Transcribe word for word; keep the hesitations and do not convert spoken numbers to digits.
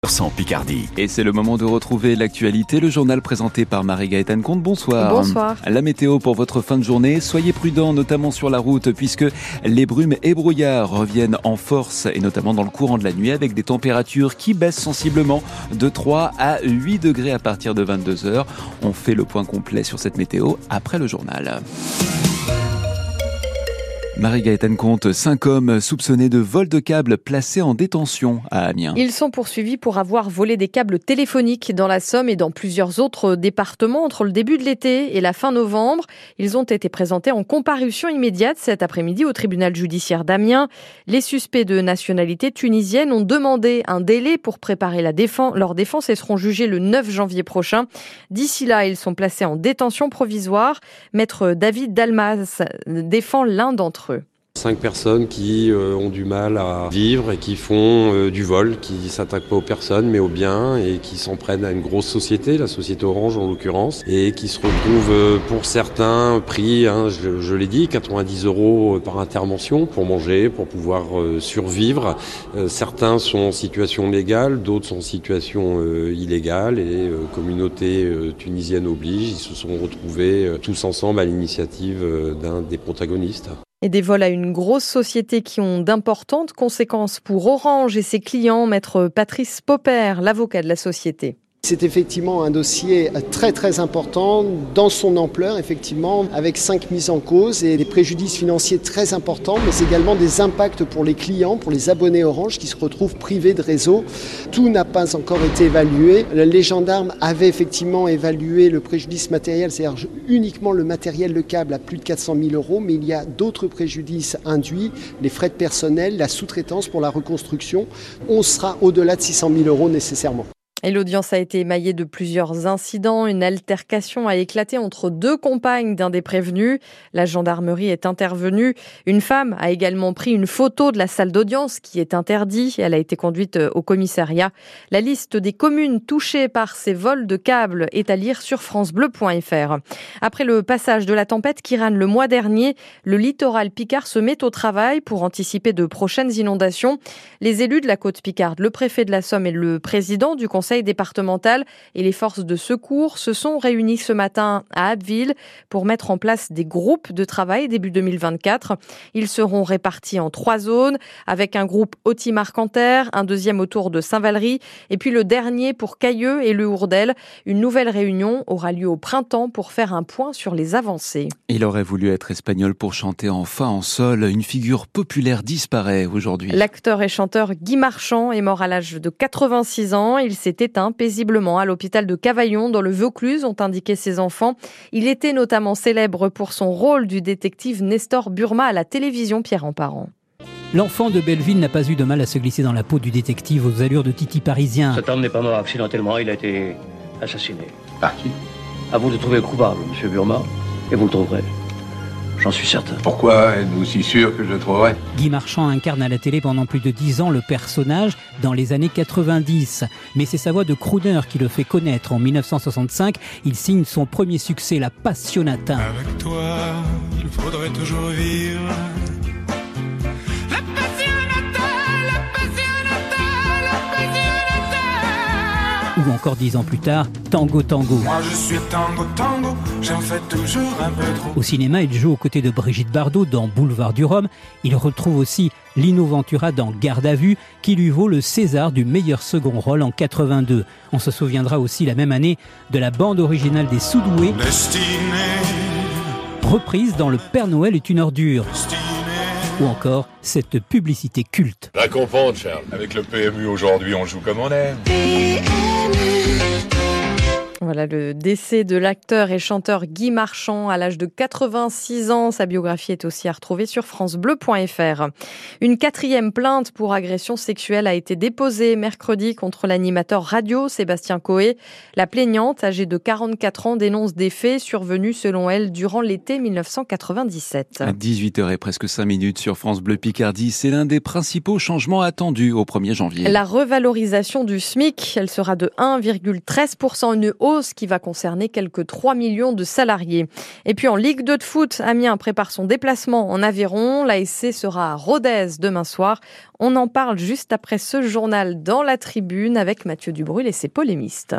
Sans Picardie. Et c'est le moment de retrouver l'actualité, le journal présenté par Marie-Gaëtane Comte. Bonsoir. Bonsoir. La météo pour votre fin de journée. Soyez prudents, notamment sur la route, puisque les brumes et brouillards reviennent en force, et notamment dans le courant de la nuit, avec des températures qui baissent sensiblement de trois à huit degrés à partir de vingt-deux heures. On fait le point complet sur cette météo après le journal. Marie-Gaëtane Comte, cinq hommes soupçonnés de vol de câbles placés en détention à Amiens. Ils sont poursuivis pour avoir volé des câbles téléphoniques dans la Somme et dans plusieurs autres départements entre le début de l'été et la fin novembre. Ils ont été présentés en comparution immédiate cet après-midi au tribunal judiciaire d'Amiens. Les suspects de nationalité tunisienne ont demandé un délai pour préparer la défense, leur défense et seront jugés le neuf janvier prochain. D'ici là, ils sont placés en détention provisoire. Maître David Dalmas défend l'un d'entre eux. Cinq personnes qui euh, ont du mal à vivre et qui font euh, du vol, qui ne s'attaquent pas aux personnes mais aux biens et qui s'en prennent à une grosse société, la société Orange en l'occurrence, et qui se retrouvent euh, pour certains pris, hein, je, je l'ai dit, quatre-vingt-dix euros par intervention pour manger, pour pouvoir euh, survivre. Euh, certains sont en situation légale, d'autres sont en situation euh, illégale et euh, communauté euh, tunisienne oblige, ils se sont retrouvés euh, tous ensemble à l'initiative euh, d'un des protagonistes. Et des vols à une grosse société qui ont d'importantes conséquences pour Orange et ses clients, maître Patrice Popper, l'avocat de la société. C'est effectivement un dossier très très important dans son ampleur, effectivement, avec cinq mises en cause et des préjudices financiers très importants, mais également des impacts pour les clients, pour les abonnés Orange qui se retrouvent privés de réseau. Tout n'a pas encore été évalué. Les gendarmes avaient effectivement évalué le préjudice matériel, c'est-à-dire uniquement le matériel, le câble, à plus de quatre cent mille euros, mais il y a d'autres préjudices induits, les frais de personnel, la sous-traitance pour la reconstruction. On sera au-delà de six cent mille euros nécessairement. Et l'audience a été émaillée de plusieurs incidents. Une altercation a éclaté entre deux compagnes d'un des prévenus. La gendarmerie est intervenue. Une femme a également pris une photo de la salle d'audience qui est interdite. Elle a été conduite au commissariat. La liste des communes touchées par ces vols de câbles est à lire sur francebleu point f r. Après le passage de la tempête Kiran le mois dernier, le littoral picard se met au travail pour anticiper de prochaines inondations. Les élus de la côte picarde, le préfet de la Somme et le président du conseil départemental et les forces de secours se sont réunis ce matin à Abbeville pour mettre en place des groupes de travail début deux mille vingt-quatre. Ils seront répartis en trois zones avec un groupe Auty-Marcanterre, un deuxième autour de Saint-Valery et puis le dernier pour Cailleux et Le Hourdel. Une nouvelle réunion aura lieu au printemps pour faire un point sur les avancées. Il aurait voulu être espagnol pour chanter en fa en sol. Une figure populaire disparaît aujourd'hui. L'acteur et chanteur Guy Marchand est mort à l'âge de quatre-vingt-six ans. Il s'est éteint paisiblement à l'hôpital de Cavaillon dans le Vaucluse, ont indiqué ses enfants. Il était notamment célèbre pour son rôle du détective Nestor Burma à la télévision Pierre Emparent. L'enfant de Belleville n'a pas eu de mal à se glisser dans la peau du détective aux allures de Titi parisien. Cet homme n'est pas mort accidentellement, il a été assassiné. Par qui ? À vous de trouver le coupable, monsieur Burma, et vous le trouverez. J'en suis certain. Pourquoi êtes-vous si sûr que je le trouverai ? Guy Marchand incarne à la télé pendant plus de dix ans le personnage dans les années quatre-vingt-dix. Mais c'est sa voix de crooner qui le fait connaître. En dix-neuf cent soixante-cinq, il signe son premier succès, La Passionata. Avec toi, il faudrait toujours vivre. La Passionata, la Passionata, la Passionata. Ou encore dix ans plus tard, Tango Tango. Moi je suis tango tango, j'en fais toujours un peu trop. Au cinéma, il joue aux côtés de Brigitte Bardot dans Boulevard du Rhum. Il retrouve aussi Lino Ventura dans Garde à vue, qui lui vaut le César du meilleur second rôle en quatre-vingt-deux. On se souviendra aussi la même année de la bande originale des Soudoués, reprise dans Le Père Noël est une ordure. Destinée. Ou encore cette publicité culte. La comprendre, Charles. Avec le P M U aujourd'hui, on joue comme on aime. Voilà le décès de l'acteur et chanteur Guy Marchand à l'âge de quatre-vingt-six ans. Sa biographie est aussi à retrouver sur francebleu point f r. Une quatrième plainte pour agression sexuelle a été déposée mercredi contre l'animateur radio Sébastien Coé. La plaignante, âgée de quarante-quatre ans, dénonce des faits survenus selon elle durant l'été dix-neuf cent quatre-vingt-dix-sept. À dix-huit heures et presque cinq minutes sur France Bleu Picardie, c'est l'un des principaux changements attendus au premier janvier. La revalorisation du SMIC, elle sera de un virgule treize pour cent, une hausse hausse qui va concerner quelques trois millions de salariés. Et puis en Ligue deux de foot, Amiens prépare son déplacement en Aveyron. L'A S C sera à Rodez demain soir. On en parle juste après ce journal dans la tribune avec Mathieu Dubrul et ses polémistes.